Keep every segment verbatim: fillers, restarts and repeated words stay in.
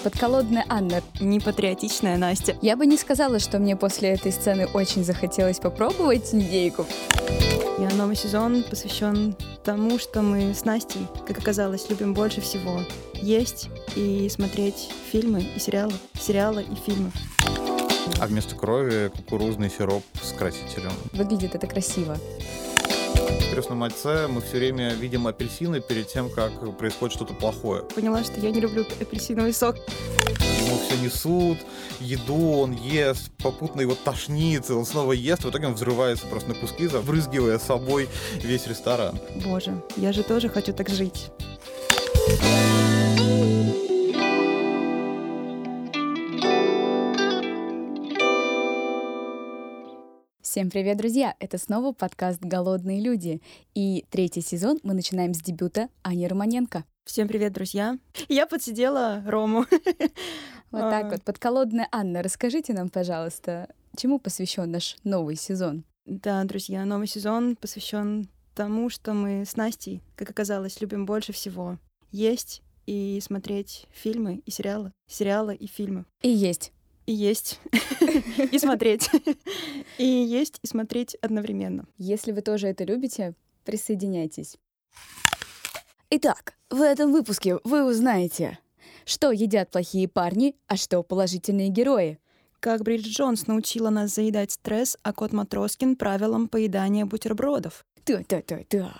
подколодная Анна. Непатриотичная Настя. Я бы не сказала, что мне после этой сцены очень захотелось попробовать индейку. Я новый сезон посвящен тому, что мы с Настей, как оказалось, любим больше всего. Есть и смотреть фильмы и сериалы, сериалы и фильмы. А вместо крови кукурузный сироп с красителем. Выглядит это красиво. В «Крестном отце» мы все время видим апельсины перед тем, как происходит что-то плохое. Поняла, что я не люблю апельсиновый сок. Ему все несут, еду он ест, попутно его тошнит, он снова ест, в итоге он взрывается просто на куски, забрызгивая собой весь ресторан. Боже, я же тоже хочу так жить. Всем привет, друзья! Это снова подкаст «Голодные люди». И третий сезон мы начинаем с дебюта Ани Романенко. Всем привет, друзья! Я подсидела Рому. Вот так вот. Подколодная Анна, расскажите нам, пожалуйста, чему посвящен наш новый сезон? Да, друзья, новый сезон посвящен тому, что мы с Настей, как оказалось, любим больше всего. Есть и смотреть фильмы и сериалы. Сериалы и фильмы. И есть. И есть. И смотреть. И есть, и смотреть одновременно. Если вы тоже это любите, присоединяйтесь. Итак, в этом выпуске вы узнаете, что едят плохие парни, а что положительные герои. Как Бриджит Джонс научила нас заедать стресс, а кот Матроскин правилам поедания бутербродов. Та-та-та-та.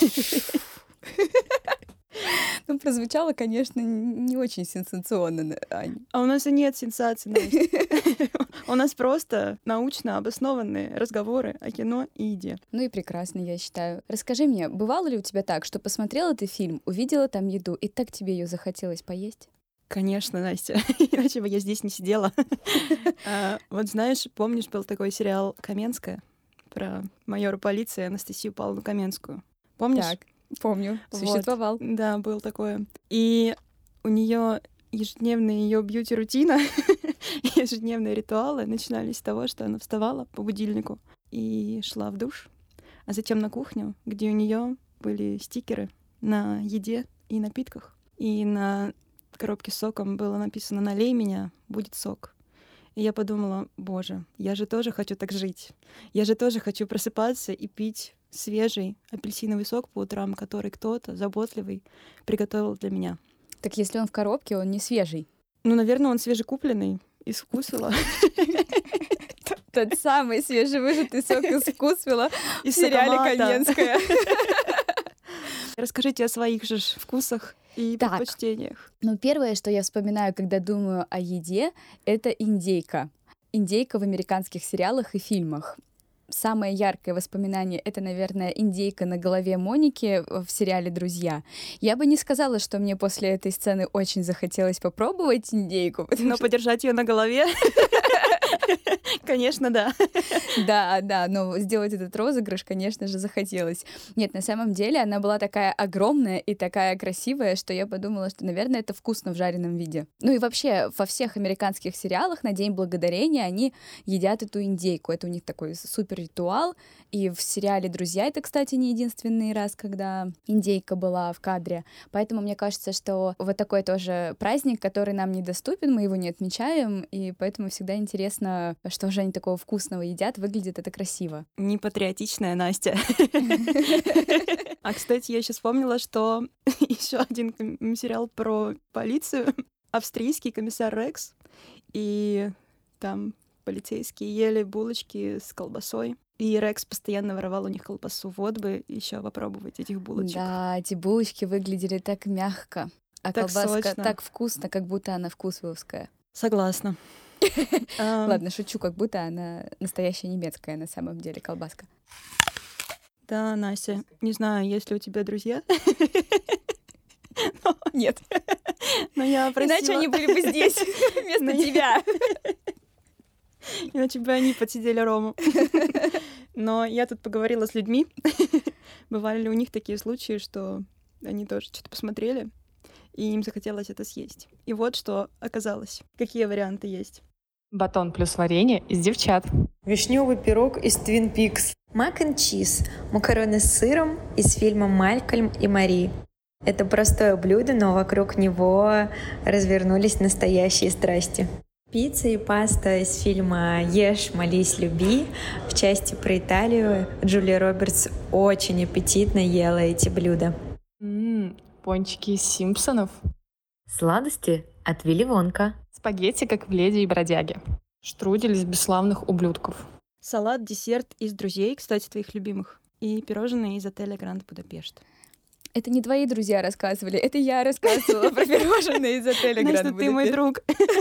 Ну, прозвучало, конечно, не очень сенсационно, Ань. А у нас и нет сенсаций, Настя. У нас просто научно обоснованные разговоры о кино и еде. Ну и прекрасно, я считаю. Расскажи мне, бывало ли у тебя так, что посмотрела ты фильм, увидела там еду, и так тебе ее захотелось поесть? Конечно, Настя, иначе бы я здесь не сидела. а, вот знаешь, помнишь, был такой сериал «Каменская» про майора полиции Анастасию Павловну Каменскую? Помнишь? Так, помню, существовал. Вот, да, был такое. И у нее ежедневная ее бьюти-рутина, ежедневные ритуалы начинались с того, что она вставала по будильнику и шла в душ, а затем на кухню, где у нее были стикеры на еде и напитках. И на коробке с соком было написано «Налей меня, будет сок». И я подумала, боже, я же тоже хочу так жить. Я же тоже хочу просыпаться и пить свежий апельсиновый сок по утрам, который кто-то заботливый приготовил для меня. Так если он в коробке, он не свежий. Ну, наверное, он свежекупленный из вкусвилла. Тот самый свежевыжатый сок из вкусвилла в сериале «Каменская». Расскажите о своих же вкусах и так. предпочтениях. Ну, первое, что я вспоминаю, когда думаю о еде, это индейка. Индейка в американских сериалах и фильмах. Самое яркое воспоминание — это, наверное, индейка на голове Моники в сериале «Друзья». Я бы не сказала, что мне после этой сцены очень захотелось попробовать индейку. Но что... подержать ее на голове? Конечно, да. Да, да, но сделать этот розыгрыш, конечно же, захотелось. Нет, на самом деле она была такая огромная и такая красивая, что я подумала, что, наверное, это вкусно в жареном виде. Ну и вообще, во всех американских сериалах на День Благодарения они едят эту индейку. Это у них такой супер ритуал. И в сериале «Друзья» это, кстати, не единственный раз, когда индейка была в кадре. Поэтому мне кажется, что вот такой тоже праздник, который нам недоступен, мы его не отмечаем, и поэтому всегда интересно, что же они такого вкусного едят, выглядит это красиво. Непатриотичная Настя. А, кстати, я сейчас вспомнила, что еще один сериал про полицию. Австрийский комиссар Рекс. И там полицейские ели булочки с колбасой. И Рекс постоянно воровал у них колбасу. Вот бы еще попробовать этих булочек. Да, эти булочки выглядели так мягко. А так колбаска сочно. Так вкусно, как будто она вкусвиллская. Согласна. Ладно, шучу, как будто она настоящая немецкая на самом деле колбаска. Да, Настя, не знаю, есть ли у тебя друзья? Нет. Но я просила... Иначе они были бы здесь вместо тебя. Иначе бы они подсидели Рому. Но я тут поговорила с людьми. Бывали ли у них такие случаи, что они тоже что-то посмотрели, и им захотелось это съесть. И вот что оказалось. Какие варианты есть? Батон плюс варенье из девчат. Вишневый пирог из Twin Peaks. Мак and чиз. Макароны с сыром из фильма «Малькольм и Мари». Это простое блюдо, но вокруг него развернулись настоящие страсти. Пицца и паста из фильма «Ешь, молись, люби». В части про Италию Джулия Робертс очень аппетитно ела эти блюда. М, пончики из «Симпсонов». Сладости от Вилли Вонка. Спагетти, как в «Леди и бродяге». Штрудель из «Бесславных ублюдков». Салат, десерт из «Друзей», кстати, твоих любимых. И пирожные из отеля «Гранд Будапешт». Это не твои друзья рассказывали, это я рассказывала про пирожные из отеля Значит, «Гранд ты мой друг.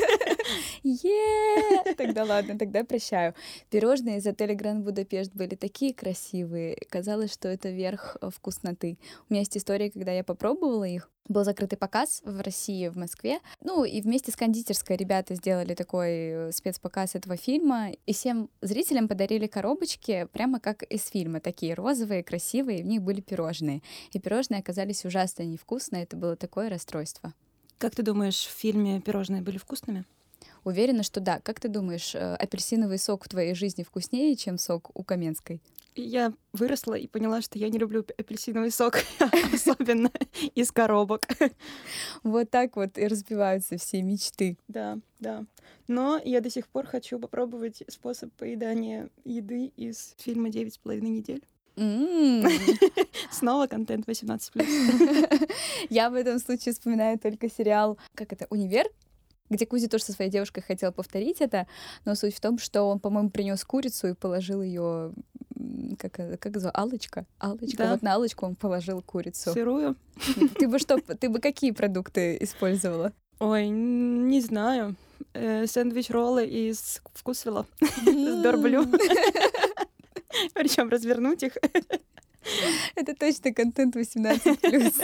Е! Тогда ладно, тогда прощаю. Пирожные из отеля «Гранд Будапешт» были такие красивые. Казалось, что это верх э, вкусноты. У меня есть история, когда я попробовала их. Был закрытый показ в России, в Москве. Ну, и вместе с кондитерской ребята сделали такой э, спецпоказ этого фильма. И всем зрителям подарили коробочки, прямо как из фильма. Такие розовые, красивые, и в них были пирожные. И пирожные оказались ужасно невкусные. Это было такое расстройство. Как ты думаешь, в фильме пирожные были вкусными? Уверена, что да. Как ты думаешь, э, апельсиновый сок в твоей жизни вкуснее, чем сок у Каменской? Я выросла и поняла, что я не люблю апельсиновый сок, особенно из коробок. Вот так вот и разбиваются все мечты. Да, да. Но я до сих пор хочу попробовать способ поедания еды из фильма «Девять с половиной недель». М. Снова контент восемнадцать плюс. Я в этом случае вспоминаю только сериал, как это, «Универ», где Кузя тоже со своей девушкой хотел повторить это, но суть в том, что он, по-моему, принес курицу и положил ее, как, э, как зовут, Аллочка? Аллочка. Да. Вот на Аллочку он положил курицу. Сырую? Ты бы что, ты бы какие продукты использовала? Ой, н- не знаю. Э, Сэндвич-роллы из вкусвилла с дорблю. Причем развернуть их. Это точно контент восемнадцать плюс.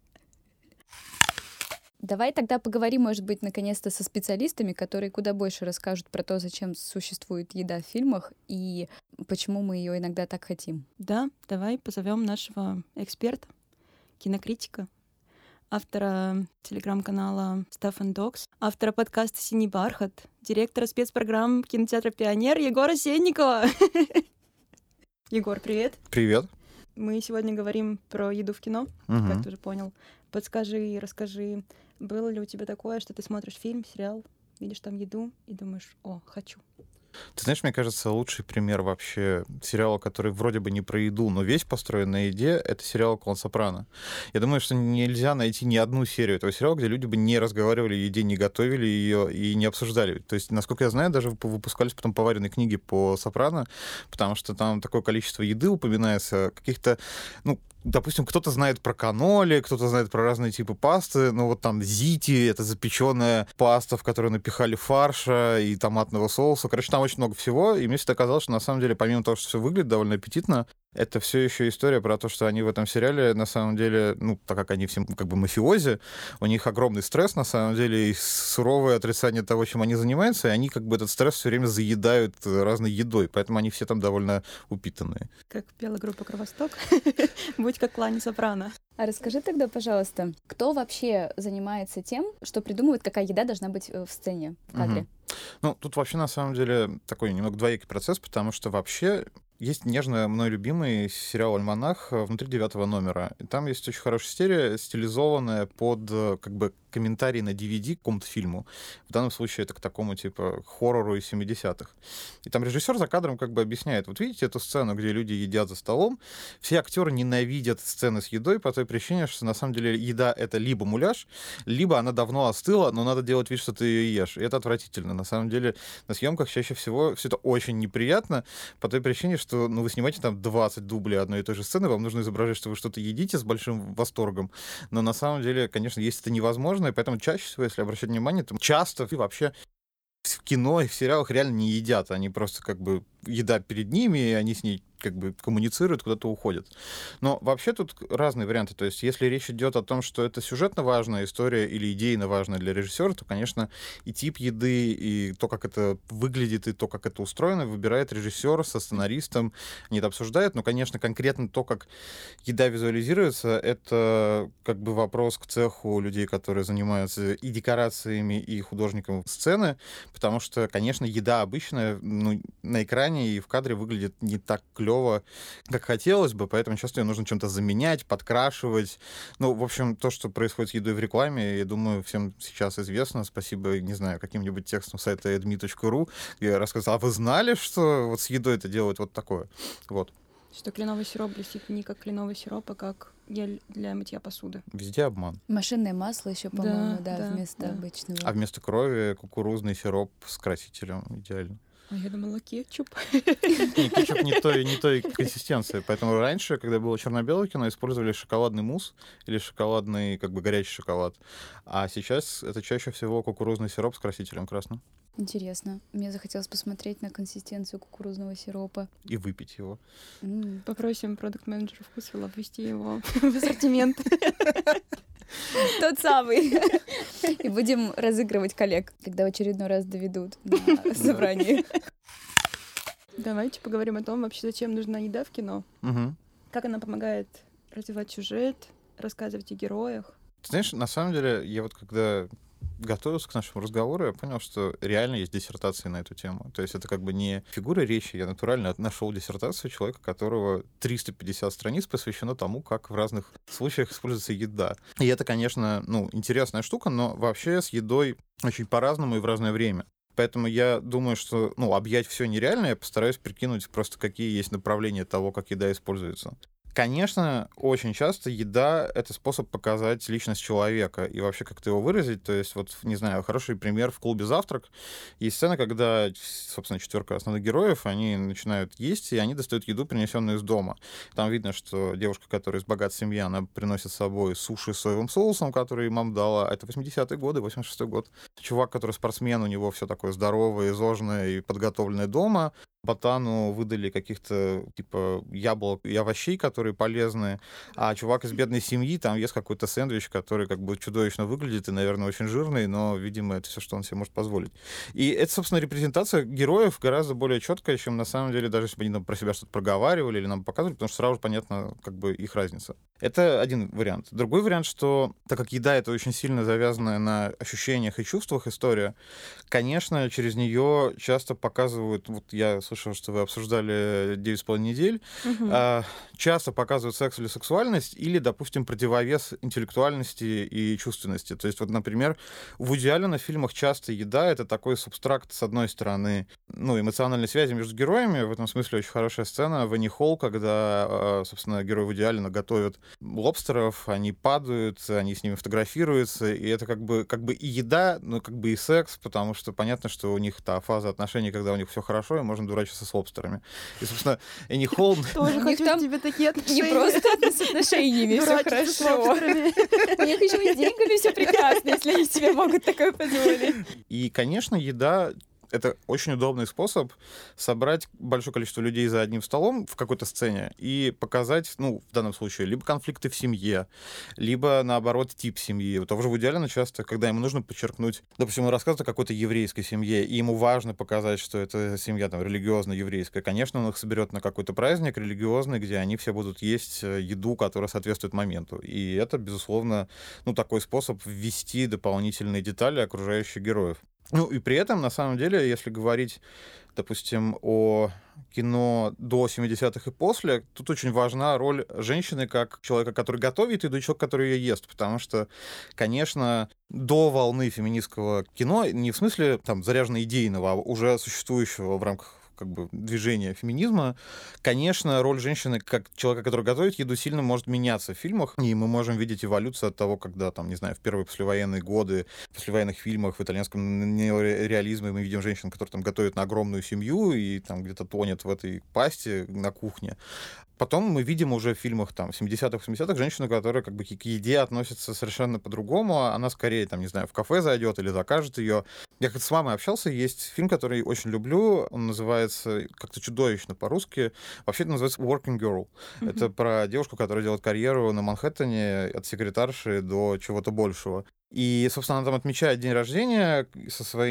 Давай тогда поговорим, может быть, наконец-то со специалистами, которые куда больше расскажут про то, зачем существует еда в фильмах и почему мы ее иногда так хотим. Да, давай позовем нашего эксперта, кинокритика, автора телеграм-канала Stuff and Dogs, автора подкаста «Синий бархат», директора спецпрограмм кинотеатра «Пионер» Егора Сенникова. Егор, привет. Привет. Мы сегодня говорим про еду в кино, Мгм. как ты уже понял. Подскажи, расскажи, было ли у тебя такое, что ты смотришь фильм, сериал, видишь там еду и думаешь: о, хочу. Ты знаешь, мне кажется, лучший пример вообще сериала, который вроде бы не про еду, но весь построен на еде, это сериал «Клан Сопрано». Я думаю, что нельзя найти ни одну серию этого сериала, где люди бы не разговаривали о еде, не готовили ее и не обсуждали. То есть, насколько я знаю, даже выпу- выпускались потом поваренные книги по Сопрано, потому что там такое количество еды упоминается, каких-то, ну, допустим, кто-то знает про каноли, кто-то знает про разные типы пасты, но вот там зити — это запеченная паста, в которую напихали фарша и томатного соуса. Короче, там очень много всего, и мне всегда казалось, что на самом деле, помимо того, что все выглядит довольно аппетитно, это все еще история про то, что они в этом сериале, на самом деле, ну, так как они все как бы мафиози, у них огромный стресс, на самом деле, и суровое отрицание того, чем они занимаются, и они как бы этот стресс все время заедают разной едой, поэтому они все там довольно упитанные. Как пела группа «Кровосток», будь как в клане Сопрано. А расскажи тогда, пожалуйста, кто вообще занимается тем, что придумывает, какая еда должна быть э, в сцене, в кадре? Мгм. Ну, тут вообще, на самом деле, такой немного двоякий процесс, потому что вообще есть нежно мной любимый сериал «Альманах» внутри девятого номера. И там есть очень хорошая серия, стилизованная под э, как бы комментарий на ди ви ди к какому-то фильму. В данном случае это к такому типа хоррору из семидесятых. И там режиссер за кадром как бы объясняет: вот видите эту сцену, где люди едят за столом, все актеры ненавидят сцены с едой по той причине, что на самом деле еда — это либо муляж, либо она давно остыла, но надо делать вид, что ты ее ешь. И это отвратительно. На самом деле на съемках чаще всего все это очень неприятно по той причине, что ну, вы снимаете там двадцать дублей одной и той же сцены, вам нужно изображать, что вы что-то едите с большим восторгом, но на самом деле, конечно, есть это невозможно, и поэтому чаще всего, если обращать внимание, то часто и вообще в кино и в сериалах реально не едят, они просто как бы еда перед ними, и они с ней как бы коммуницируют, куда-то уходят. Но вообще тут разные варианты. То есть если речь идет о том, что это сюжетно важная история или идейно важная для режиссера, то, конечно, и тип еды, и то, как это выглядит, и то, как это устроено, выбирает режиссер со сценаристом, они это обсуждают. Но, конечно, конкретно то, как еда визуализируется, это как бы вопрос к цеху людей, которые занимаются и декорациями, и художником сцены, потому что, конечно, еда обычная, ну, на экране и в кадре выглядит не так клёво, клево, как хотелось бы, поэтому часто ее нужно чем-то заменять, подкрашивать. Ну, в общем, то, что происходит с едой в рекламе, я думаю, всем сейчас известно. Спасибо, не знаю, каким-нибудь текстом сайта эдми точка ру. Я рассказал, а вы знали, что вот с едой это делают вот такое? Вот. Что кленовый сироп блестит не как кленовый сироп, а как гель для мытья посуды. Везде обман. Машинное масло еще, по-моему, да, Да, да, вместо да. обычного. А вместо крови кукурузный сироп с красителем. Идеально. А я думала, кетчуп. Не, кетчуп не той, не той консистенции. Поэтому раньше, когда было черно-белое кино, использовали шоколадный мусс или шоколадный, как бы горячий шоколад. А сейчас это чаще всего кукурузный сироп с красителем красным. Интересно. Мне захотелось посмотреть на консистенцию кукурузного сиропа. И выпить его. М. Попросим продакт-менеджера Вкусвилла ввести его в ассортимент. Тот самый. И будем разыгрывать коллег, когда в очередной раз доведут на собрании. Давайте поговорим о том, вообще, зачем нужна еда в кино. Мгм. Как она помогает развивать сюжет, рассказывать о героях. Ты знаешь, на самом деле, я вот когда готовился к нашему разговору, я понял, что реально есть диссертации на эту тему. То есть это как бы не фигура речи, я натурально нашел диссертацию человека, которого триста пятьдесят страниц посвящено тому, как в разных случаях используется еда. И это, конечно, ну, интересная штука, но вообще с едой очень по-разному и в разное время. Поэтому я думаю, что ну, объять все нереально, я постараюсь прикинуть просто, какие есть направления того, как еда используется. Конечно, очень часто еда — это способ показать личность человека и вообще как-то его выразить. То есть, вот, не знаю, хороший пример в клубе «Завтрак». Есть сцена, когда, собственно, четверка основных героев, они начинают есть, и они достают еду, принесенную из дома. Там видно, что девушка, которая из богатой семьи, она приносит с собой суши с соевым соусом, который мама дала. Это восьмидесятые годы, восемьдесят шестой год. Чувак, который спортсмен, у него все такое здоровое, изожженное и подготовленное дома. Ботану выдали каких-то, типа, яблок и овощей, которые полезные, а чувак из бедной семьи там ест какой-то сэндвич, который как бы чудовищно выглядит и, наверное, очень жирный, но, видимо, это все, что он себе может позволить. И это, собственно, репрезентация героев гораздо более четкая, чем на самом деле, даже если бы они нам про себя что-то проговаривали или нам показывали, потому что сразу же понятно, как бы, их разница. Это один вариант. Другой вариант, что так как еда — это очень сильно завязанная на ощущениях и чувствах история, конечно, через нее часто показывают, вот я слышал, что вы обсуждали девять с половиной недель, Мгм. а, часто показывают секс или сексуальность, или, допустим, противовес интеллектуальности и чувственности. То есть, вот, например, у Вуди Аллена в фильмах часто еда — это такой субстракт, с одной стороны, ну, эмоциональной связи между героями. В этом смысле очень хорошая сцена в «Энни Холл», когда, а, собственно, герой Вуди Аллена готовят лобстеров, они падают, они с ними фотографируются, и это как бы, как бы и еда, но как бы и секс, потому что понятно, что у них та фаза отношений, когда у них все хорошо, и можно дурачиться с лобстерами. И, собственно, Энни Холл... Тоже У них хочу там тебе такие отношения. Не просто с отношениями все Дурачиться с хорошо. лобстерами. У них еще и с деньгами все прекрасно, если они себе могут такое позволить. И, конечно, еда — это очень удобный способ собрать большое количество людей за одним столом в какой-то сцене и показать, ну, в данном случае, либо конфликты в семье, либо, наоборот, тип семьи. У того же Вуди Аллена часто, когда ему нужно подчеркнуть, допустим, он рассказывает о какой-то еврейской семье, и ему важно показать, что это семья там религиозно-еврейская, конечно, он их соберет на какой-то праздник религиозный, где они все будут есть еду, которая соответствует моменту. И это, безусловно, ну, такой способ ввести дополнительные детали окружающих героев. Ну и при этом, на самом деле, если говорить, допустим, о кино до семидесятых и после, тут очень важна роль женщины как человека, который готовит еду, и человека, который ее ест. Потому что, конечно, до волны феминистского кино, не в смысле там заряженно идейного, а уже существующего в рамках как бы движения феминизма, конечно, роль женщины как человека, который готовит еду, сильно может меняться в фильмах, и мы можем видеть эволюцию от того, когда, там, не знаю, в первые послевоенные годы, в послевоенных фильмах, в итальянском неореализме мы видим женщин, которые там готовят на огромную семью и там где-то тонет в этой пасте на кухне. Потом мы видим уже в фильмах там семидесятых, восьмидесятых женщину, которая как бы к еде относится совершенно по-другому. Она скорее, там, не знаю, в кафе зайдет или закажет ее. Я как-то с мамой общался, есть фильм, который очень люблю, он называется как-то чудовищно по-русски. Вообще это называется Working Girl. Mm-hmm. Это про девушку, которая делает карьеру на Манхэттене от секретарши до чего-то большего. И, собственно, она там отмечает день рождения со своим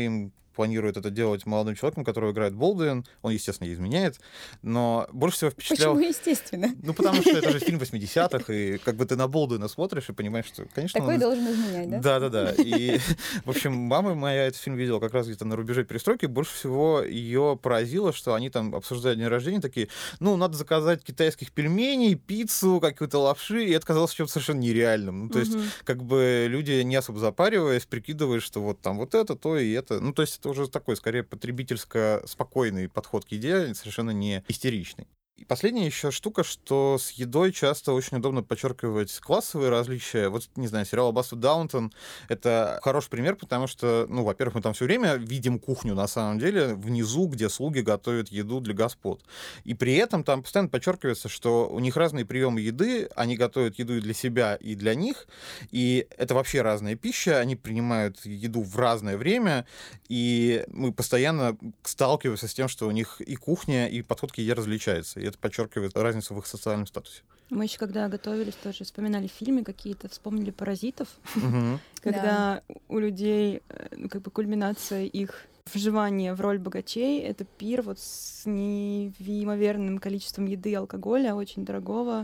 планирует это делать молодым человеком, которого играет Болдуин. Он, естественно, ей изменяет, но больше всего впечатлял... Почему естественно? Ну, потому что это же фильм восьмидесятых, и как бы ты на Болдуина смотришь и понимаешь, что, конечно... Такой он... должен изменять, да? Да-да-да. И, в общем, мама моя этот фильм видела как раз где-то на рубеже перестройки. Больше всего ее поразило, что они там обсуждали день рождения, такие, ну, надо заказать китайских пельменей, пиццу, какую-то лапши, и это казалось чем-то совершенно нереальным. Ну, то есть, как бы люди, не особо запариваясь, прикидывают, что вот там вот это, то и это. Ну, то есть это уже такой, скорее, потребительско-спокойный подход к еде, совершенно не истеричный. И последняя еще штука, что с едой часто очень удобно подчеркивать классовые различия. Вот, не знаю, сериал «Аббатство Даунтон» — это хороший пример, потому что, ну, во-первых, мы там все время видим кухню, на самом деле, внизу, где слуги готовят еду для господ. И при этом там постоянно подчеркивается, что у них разные приемы еды, они готовят еду и для себя, и для них, и это вообще разная пища, они принимают еду в разное время, и мы постоянно сталкиваемся с тем, что у них и кухня, и подход к еде различаются. И это подчеркивает разницу в их социальном статусе. Мы еще когда готовились, тоже вспоминали фильмы какие-то, вспомнили «Паразитов», Угу. когда у людей, ну, как бы кульминация их вживания в роль богачей — это пир вот с неимоверным количеством еды и алкоголя, очень дорогого,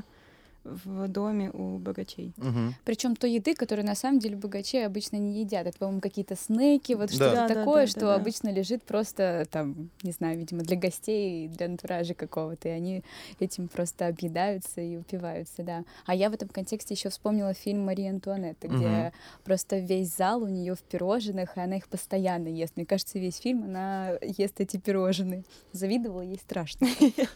в доме у богачей. Угу. Причем той еды, которую на самом деле богачи обычно не едят. Это, по-моему, какие-то снеки, вот Да. что-то Да, да, такое, да, что да, да. обычно лежит просто там, не знаю, видимо, для гостей, для антуража какого-то, и они этим просто объедаются и упиваются, да. А я в этом контексте еще вспомнила фильм «Мария Антуанетта», где Мгм. просто весь зал у нее в пирожных, и она их постоянно ест. Мне кажется, весь фильм она ест эти пирожные. Завидовала ей страшно.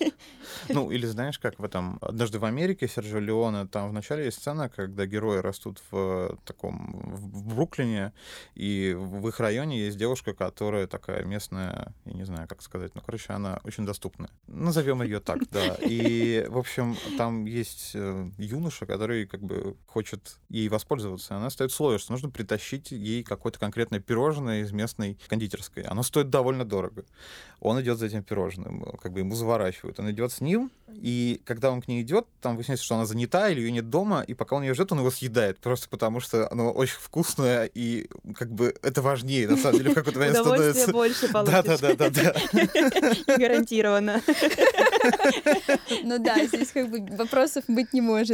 Ну, или знаешь, как в этом «Однажды в Америке» Серджио Леоне, там в начале есть сцена, когда герои растут в таком, в Бруклине, и в их районе есть девушка, которая такая местная, я не знаю, как сказать, ну, короче, она очень доступная. Назовем ее так, да. И, в общем, там есть э, юноша, который как бы хочет ей воспользоваться. Она ставит условие, что нужно притащить ей какое-то конкретное пирожное из местной кондитерской. Оно стоит довольно дорого. Он идет за этим пирожным, как бы ему заворачивают. Он идет с ним, и когда он к ней идет, там выясняется, что она занята или ее нет дома, и пока он ее ждет, он его съедает, просто потому что оно очень вкусное, и как бы это важнее, на самом деле, в какой-то момент Удовольствие становится... больше получишь. Да-да-да-да-да. Гарантированно. Ну да, здесь как бы вопросов быть не может.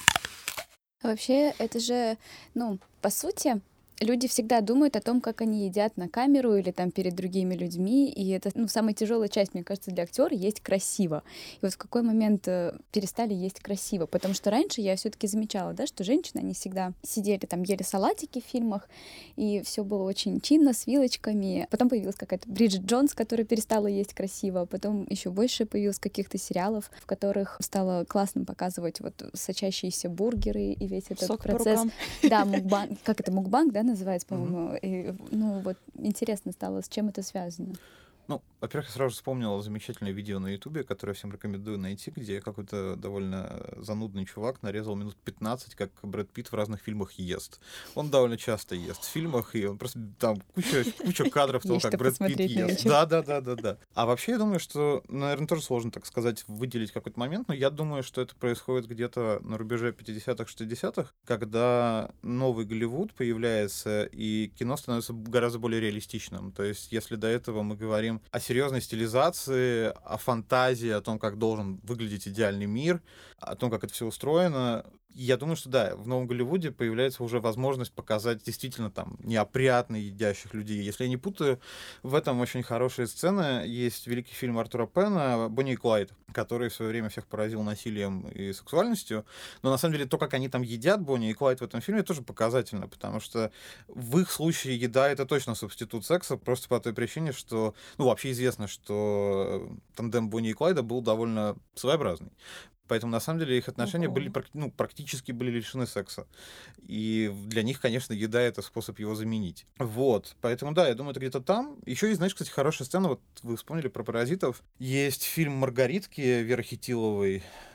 Вообще, это же, ну, по сути, люди всегда думают о том, как они едят на камеру или там перед другими людьми, и это, ну, самая тяжелая часть, мне кажется, для актера — есть красиво. И вот в какой момент э, перестали есть красиво? Потому что раньше я все-таки замечала, да, что женщины, они всегда сидели там, ели салатики в фильмах, и все было очень чинно, с вилочками. Потом появилась какая-то Бриджит Джонс, которая перестала есть красиво, потом еще больше появилось каких-то сериалов, в которых стало классно показывать вот сочащиеся бургеры и весь этот Сок по процесс. рукам. Да, мукбанг, как это, мукбанг, да, называется, Мгм. по-моему. И, ну, вот интересно стало, с чем это связано. Ну, во-первых, я сразу вспомнил замечательное видео на Ютубе, которое я всем рекомендую найти, где какой-то довольно занудный чувак нарезал минут пятнадцать, как Брэд Питт в разных фильмах ест. Он довольно часто ест в фильмах, и он просто там куча, куча кадров того, Есть как что Брэд Питт посмотреть на ест. вечер. Да, да, да, да, да. А вообще, я думаю, что, наверное, тоже сложно, так сказать, выделить какой-то момент, но я думаю, что это происходит где-то на рубеже пятидесятых, шестидесятых, когда новый Голливуд появляется, и кино становится гораздо более реалистичным. То есть, если до этого мы говорим о серьезной стилизации, о фантазии, о том, как должен выглядеть идеальный мир, о том, как это все устроено. Я думаю, что да, в Новом Голливуде появляется уже возможность показать действительно там неопрятно едящих людей. Если я не путаю, в этом очень хорошая сцена. Есть великий фильм Артура Пена «Бонни и Клайд», который в свое время всех поразил насилием и сексуальностью. Но на самом деле то, как они там едят, Бонни и Клайд, в этом фильме, тоже показательно, потому что в их случае еда — это точно субститут секса, просто по той причине, что, ну, вообще известно, что тандем Бонни и Клайда был довольно своеобразный. Поэтому, на самом деле, их отношения Ого. были, ну, практически были лишены секса. И для них, конечно, еда — это способ его заменить. Вот. Поэтому, да, я думаю, это где-то там. Еще есть, знаешь, кстати, хорошая сцена. Вот вы вспомнили про «Паразитов». Есть фильм «Маргаритки» Веры Хитиловой.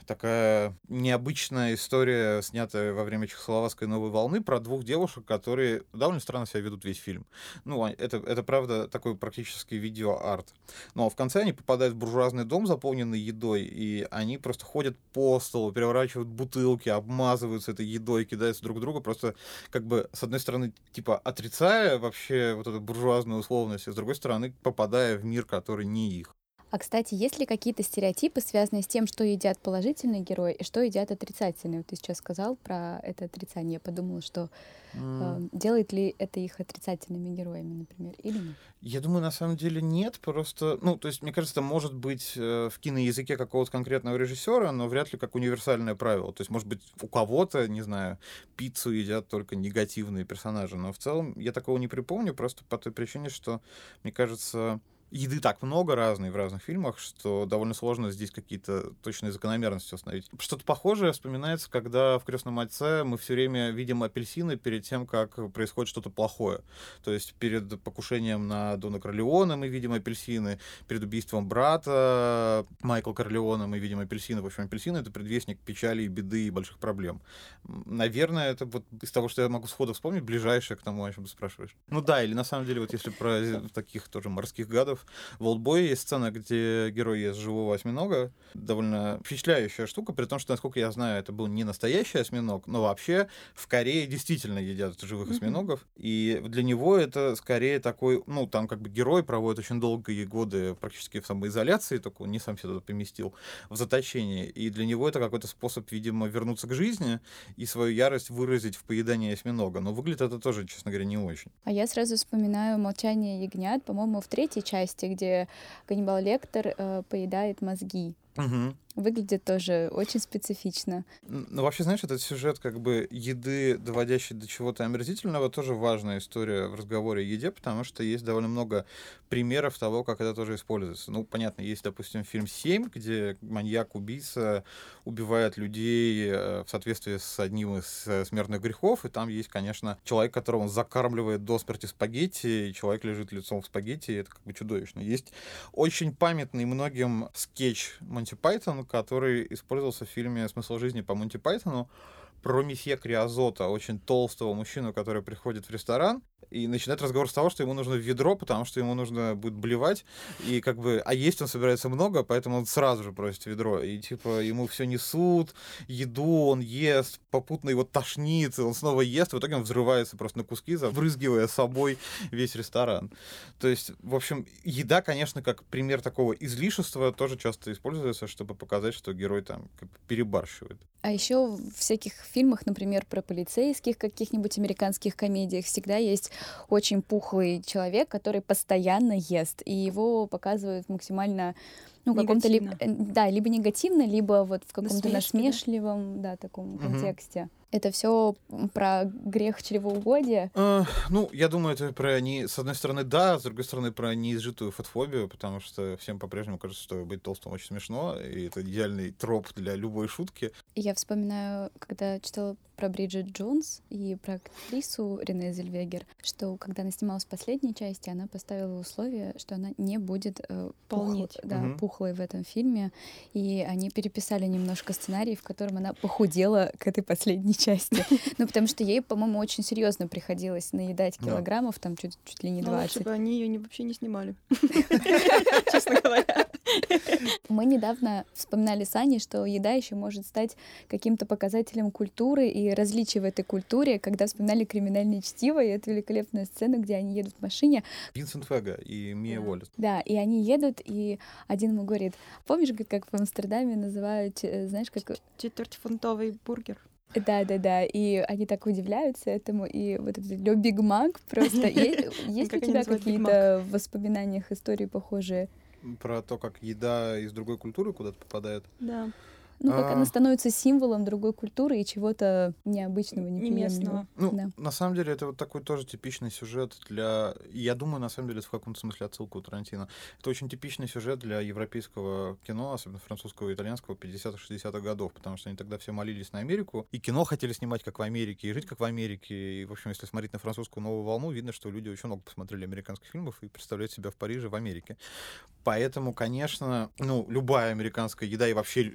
такая необычная история, снятая во время чехословацкой новой волны, про двух девушек, которые довольно странно себя ведут весь фильм. Ну, это, это правда такой практически видеоарт. Но в конце они попадают в буржуазный дом, заполненный едой, и они просто ходят по столу, переворачивают бутылки, обмазываются этой едой, кидаются друг в друга, просто как бы, с одной стороны, типа, отрицая вообще вот эту буржуазную условность, а с другой стороны, попадая в мир, который не их. А, кстати, есть ли какие-то стереотипы, связанные с тем, что едят положительные герои и что едят отрицательные? Вот ты сейчас сказал про это отрицание. Я подумала, что mm. э, делает ли это их отрицательными героями, например, или нет? Я думаю, на самом деле нет. Просто, ну, то есть, мне кажется, это может быть э, в киноязыке какого-то конкретного режиссера, но вряд ли как универсальное правило. То есть, может быть, у кого-то, не знаю, пиццу едят только негативные персонажи. Но в целом я такого не припомню, просто по той причине, что, мне кажется, еды так много разной в разных фильмах, что довольно сложно здесь какие-то точные закономерности установить. Что-то похожее вспоминается, когда в «Крестном отце» мы все время видим апельсины перед тем, как происходит что-то плохое. То есть перед покушением на Дона Корлеоне мы видим апельсины, перед убийством брата Майкла Корлеоне мы видим апельсины. В общем, апельсины — это предвестник печали и беды и больших проблем. Наверное, это вот из того, что я могу сходу вспомнить, ближайшее к тому, о чем ты спрашиваешь. Ну да, или на самом деле, вот если про таких тоже морских гадов, в «Олдбое» есть сцена, где герой ест живого осьминога. Довольно впечатляющая штука, при том, что, насколько я знаю, это был не настоящий осьминог, но вообще в Корее действительно едят живых mm-hmm. осьминогов. И для него это скорее такой, ну, там как бы герой проводит очень долгие годы практически в самоизоляции, только он не сам себя туда поместил, в заточении. И для него это какой-то способ, видимо, вернуться к жизни и свою ярость выразить в поедании осьминога. Но выглядит это тоже, честно говоря, не очень. А я сразу вспоминаю «Молчание ягнят», по-моему, в третьей части, где Ганнибал Лектор э, поедает мозги. Угу. Выглядит тоже очень специфично. Ну, вообще, знаешь, этот сюжет как бы еды, доводящий до чего-то омерзительного, тоже важная история в разговоре о еде, потому что есть довольно много примеров того, как это тоже используется. Ну, понятно, есть, допустим, фильм «Семь», где маньяк-убийца убивает людей в соответствии с одним из смертных грехов, и там есть, конечно, человек, которого он закармливает до смерти спагетти, и человек лежит лицом в спагетти, и это как бы чудовищно. Есть очень памятный многим скетч Монти Пайтон, который использовался в фильме «Смысл жизни» по Монти Пайтону, про месье Криозота, очень толстого мужчину, который приходит в ресторан и начинает разговор с того, что ему нужно ведро, потому что ему нужно будет блевать, и как бы, а есть он собирается много, поэтому он сразу же просит ведро, и типа ему все несут, еду он ест, попутно его тошнит, он снова ест, и в итоге он взрывается просто на куски, забрызгивая собой весь ресторан. То есть, в общем, еда, конечно, как пример такого излишества тоже часто используется, чтобы показать, что герой там как бы перебарщивает. А еще в всяких фильмах, например, про полицейских, каких-нибудь американских комедиях, всегда есть очень пухлый человек, который постоянно ест, и его показывают максимально, ну, в каком-то либо, да, либо негативно, либо вот в каком-то насмешливом, да, да таком угу. контексте. Это все про грех чревоугодия? Uh, ну, я думаю, это про не, с одной стороны, да, с другой стороны, про неизжитую фатфобию, потому что всем по-прежнему кажется, что быть толстым очень смешно, и это идеальный троп для любой шутки. Я вспоминаю, когда читала про Бриджит Джонс и про актрису Рене Зельвегер, что когда она снималась в последней части, она поставила условие, что она не будет э, пух... да, угу. пухлой в этом фильме, и они переписали немножко сценарий, в котором она похудела к этой последней части. Ну, потому что ей, по-моему, очень серьезно приходилось наедать килограммов, там чуть, чуть ли не двадцать. Лучше бы они ее вообще не снимали, честно говоря. Мы недавно вспоминали с Аней, что еда еще может стать каким-то показателем культуры и различий в этой культуре, когда вспоминали «Криминальное чтиво», и эту великолепную сцену, где они едут в машине. Винсент Вега и Мия Уоллес. Да, и они едут, и один ему говорит: помнишь, как в Амстердаме называют, знаешь, как... Четвертьфунтовый бургер. Да-да-да, и они так удивляются этому, и вот этот «Ле Биг Мак» просто... Есть у тебя какие-то в воспоминаниях истории похожие? Про то, как еда из другой культуры куда-то попадает? Да. Ну, как а... она становится символом другой культуры и чего-то необычного, неприемлемого. Ну, да. На самом деле, это вот такой тоже типичный сюжет для... Я думаю, на самом деле, это в каком-то смысле отсылка у Тарантино. Это очень типичный сюжет для европейского кино, особенно французского и итальянского, пятидесятых-шестидесятых годов, потому что они тогда все молились на Америку, и кино хотели снимать как в Америке, и жить как в Америке. И, в общем, если смотреть на французскую новую волну, видно, что люди очень много посмотрели американских фильмов и представляют себя в Париже, в Америке. Поэтому, конечно, ну, любая американская еда и вообще американская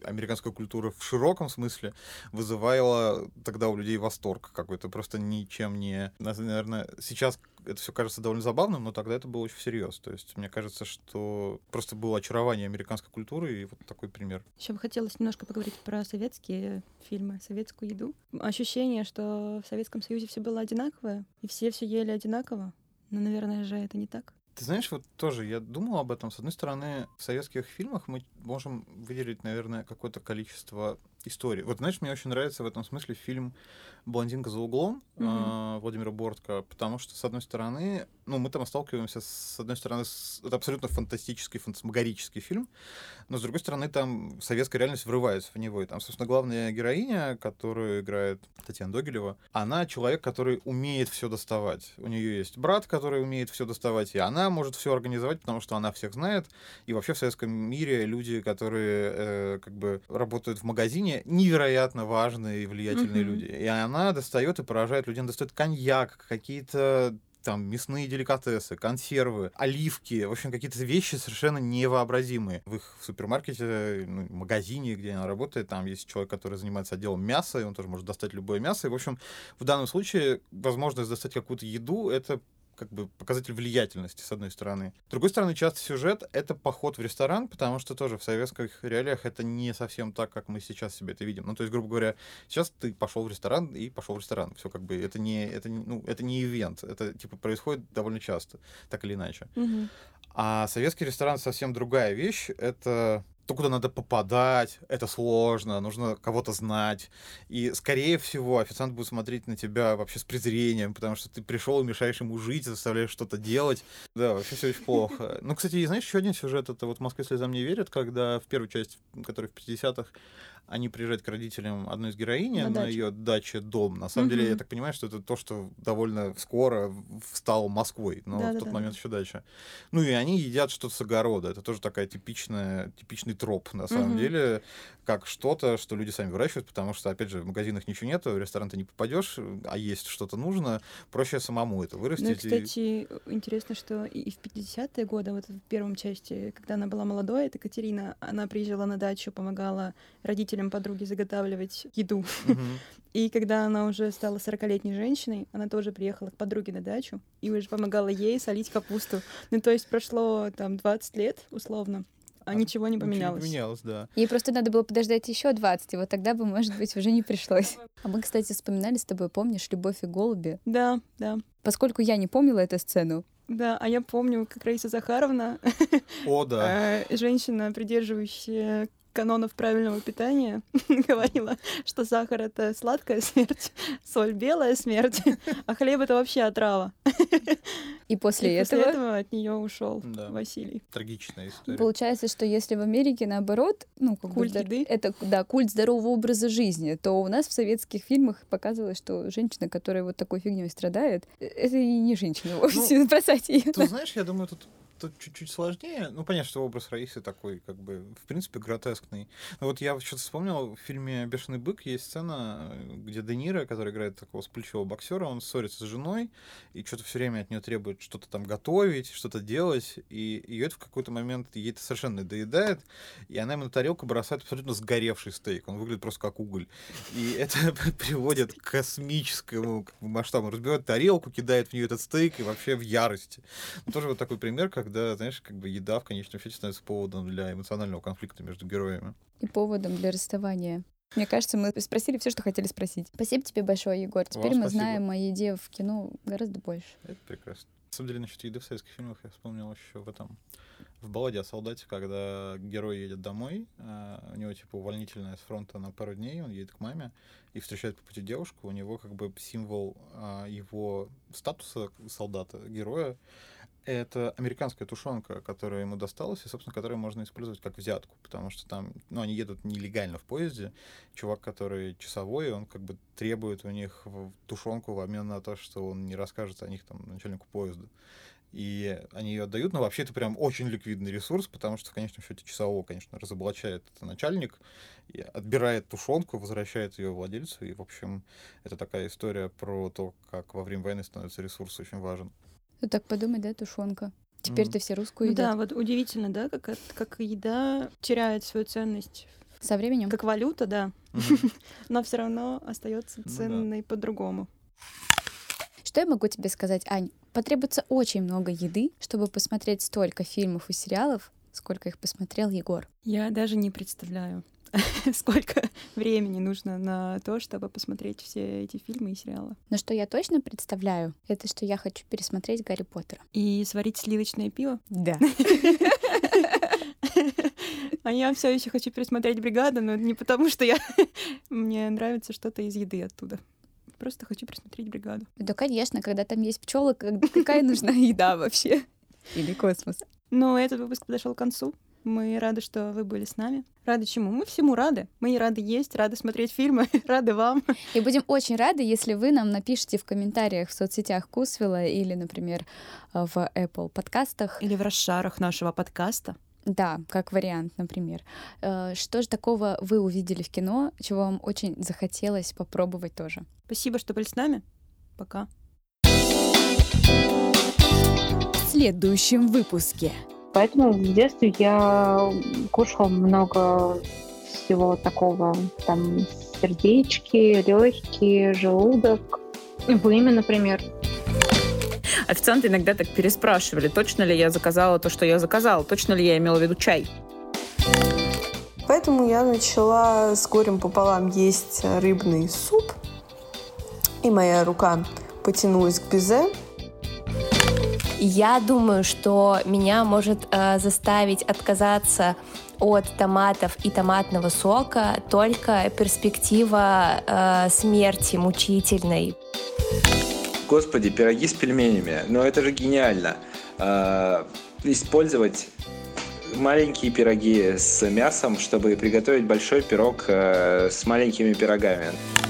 советская культура в широком смысле вызывала тогда у людей восторг какой-то, просто ничем не... Наверное, сейчас это все кажется довольно забавным, но тогда это было очень всерьез. То есть мне кажется, что просто было очарование американской культуры, и вот такой пример. Еще бы хотелось немножко поговорить про советские фильмы, советскую еду. Ощущение, что в Советском Союзе все было одинаковое, и все все ели одинаково. Но, наверное же, это не так. Ты знаешь, вот тоже я думал об этом. С одной стороны, в советских фильмах мы можем выделить, наверное, какое-то количество историй. Вот, знаешь, мне очень нравится в этом смысле фильм «Блондинка за углом» mm-hmm. э, Владимира Бортко, потому что, с одной стороны, ну, мы там сталкиваемся, с одной стороны, с... это абсолютно фантастический, фантасмагорический фильм, но, с другой стороны, там советская реальность врывается в него. И там, собственно, главная героиня, которую играет Татьяна Догилева, она человек, который умеет все доставать. У нее есть брат, который умеет все доставать, и она может все организовать, потому что она всех знает. И вообще в советском мире люди, которые э, как бы работают в магазине, невероятно важные и влиятельные mm-hmm. люди. И она достает и поражает людей. Она достает коньяк, какие-то там мясные деликатесы, консервы, оливки, в общем, какие-то вещи совершенно невообразимые. В их супермаркете, ну, магазине, где она работает, там есть человек, который занимается отделом мяса, и он тоже может достать любое мясо. И, в общем, в данном случае возможность достать какую-то еду — это как бы показатель влиятельности, с одной стороны. С другой стороны, часто сюжет — это поход в ресторан, потому что тоже в советских реалиях это не совсем так, как мы сейчас себе это видим. Ну, то есть, грубо говоря, сейчас ты пошел в ресторан и пошел в ресторан. Все как бы, это не, это, ну, это не ивент, это типа происходит довольно часто, так или иначе. Mm-hmm. А советский ресторан совсем другая вещь. Это то, куда надо попадать, это сложно, нужно кого-то знать. И, скорее всего, официант будет смотреть на тебя вообще с презрением, потому что ты пришел и мешаешь ему жить, заставляешь что-то делать. Да, вообще все очень плохо. Ну, кстати, знаешь, еще один сюжет, это вот «В Москве слезам не верят», когда в первую часть, которая в пятидесятых, они приезжают к родителям одной из героини на, на ее даче дом. На самом mm-hmm. деле, я так понимаю, что это то, что довольно скоро стало Москвой, но да, в тот да, момент да. еще дача. Ну и они едят что-то с огорода. Это тоже такая типичная, типичный троп, на самом mm-hmm. деле, как что-то, что люди сами выращивают, потому что, опять же, в магазинах ничего нет, в ресторан ты не попадешь, а есть что-то нужно, проще самому это вырастить. Ну и, кстати, и... интересно, что и в пятидесятые годы, вот в первом части, когда она была молодой, это Катерина, она приезжала на дачу, помогала родителям подруги заготавливать еду. Uh-huh. И когда она уже стала сорокалетней женщиной, она тоже приехала к подруге на дачу и уже помогала ей солить капусту. Ну, то есть прошло там двадцать лет, условно, а, а ничего не поменялось. Ничего не поменялось, да. Ей просто надо было подождать еще двадцать, и вот тогда бы, может быть, уже не пришлось. А мы, кстати, вспоминали с тобой, помнишь, «Любовь и голуби»? Да, да. Поскольку я не помнила эту сцену. Да, а я помню, как Раиса Захаровна, О, да. женщина, придерживающая канонов правильного питания, говорила, что сахар — это сладкая смерть, соль — белая смерть, а хлеб — это вообще отрава. И после и этого... после этого от нее ушел да. Василий. Трагичная история. Получается, что если в Америке, наоборот, ну, как культ бы, еды, это, да, культ здорового образа жизни, то у нас в советских фильмах показывалось, что женщина, которая вот такой фигней страдает, это и не женщина вовсе, ну, бросайте ее. Ты знаешь, я думаю, тут тут чуть-чуть сложнее. Ну, понятно, что образ Раисы такой, как бы, в принципе, гротескный. Но вот я что-то вспомнил, в фильме «Бешеный бык» есть сцена, где Де Ниро, который играет такого вспыльчивого боксера, он ссорится с женой, и что-то все время от нее требует что-то там готовить, что-то делать, и ее это в какой-то момент, ей это совершенно надоедает, и она ему на тарелку бросает абсолютно сгоревший стейк. Он выглядит просто как уголь. И это приводит к космическому масштабу. Он разбивает тарелку, кидает в нее этот стейк и вообще в ярости. Но тоже вот такой пример, как когда, знаешь, как бы еда в конечном счете становится поводом для эмоционального конфликта между героями. И поводом для расставания. Мне кажется, мы спросили все, что хотели спросить. Спасибо тебе большое, Егор. Теперь Вам мы спасибо. знаем о еде в кино гораздо больше. Это прекрасно. На самом деле, насчет еды в советских фильмах я вспомнил еще в этом, в «Балладе о солдате», когда герой едет домой, у него типа увольнительная с фронта на пару дней, он едет к маме и встречает по пути девушку, у него как бы символ его статуса солдата, героя, это американская тушенка, которая ему досталась, и, собственно, которую можно использовать как взятку, потому что там, ну, они едут нелегально в поезде. Чувак, который часовой, он как бы требует у них тушенку в обмен на то, что он не расскажет о них там начальнику поезда. И они ее отдают, но вообще это прям очень ликвидный ресурс, потому что в конечном счете часового, конечно, разоблачает это начальник, и отбирает тушенку, возвращает ее владельцу, и, в общем, это такая история про то, как во время войны становится ресурс очень важен. Ну так подумай, да, тушенка. Теперь-то mm. все русскую едят. Ну да, вот удивительно, да, как, как еда теряет свою ценность Со временем? Как валюта, да. Мгм. Но все равно остается Ну да. ценной по-другому. Что я могу тебе сказать, Ань? Потребуется очень много еды, чтобы посмотреть столько фильмов и сериалов, сколько их посмотрел Егор. Я даже не представляю, сколько времени нужно на то, чтобы посмотреть все эти фильмы и сериалы. Но что я точно представляю, это что я хочу пересмотреть Гарри Поттера. И сварить сливочное пиво. Да. А я все еще хочу пересмотреть «Бригаду», но не потому, что я мне нравится что-то из еды оттуда. Просто хочу пересмотреть «Бригаду». Да, конечно, когда там есть пчелы, какая нужна еда вообще? Или космос. Ну, этот выпуск подошел к концу. Мы рады, что вы были с нами. Рады чему? Мы всему рады. Мы и рады есть, рады смотреть фильмы, рады вам. И будем очень рады, если вы нам напишите в комментариях в соцсетях Кусвилла или, например, в Apple подкастах. Или в расшарах нашего подкаста. Да, как вариант, например. Э, Что же такого вы увидели в кино, чего вам очень захотелось попробовать тоже? Спасибо, что были с нами. Пока. В следующем выпуске. Поэтому в детстве я кушала много всего такого, там, сердечки, легкие, желудок. Вымя, например. Официанты иногда так переспрашивали, точно ли я заказала то, что я заказала, точно ли я имела в виду чай. Поэтому я начала с горем пополам есть рыбный суп, и моя рука потянулась к безе. Я думаю, что меня может э, заставить отказаться от томатов и томатного сока только перспектива э, смерти мучительной. Господи, пироги с пельменями, ну это же гениально. Э, использовать маленькие пироги с мясом, чтобы приготовить большой пирог э, с маленькими пирогами.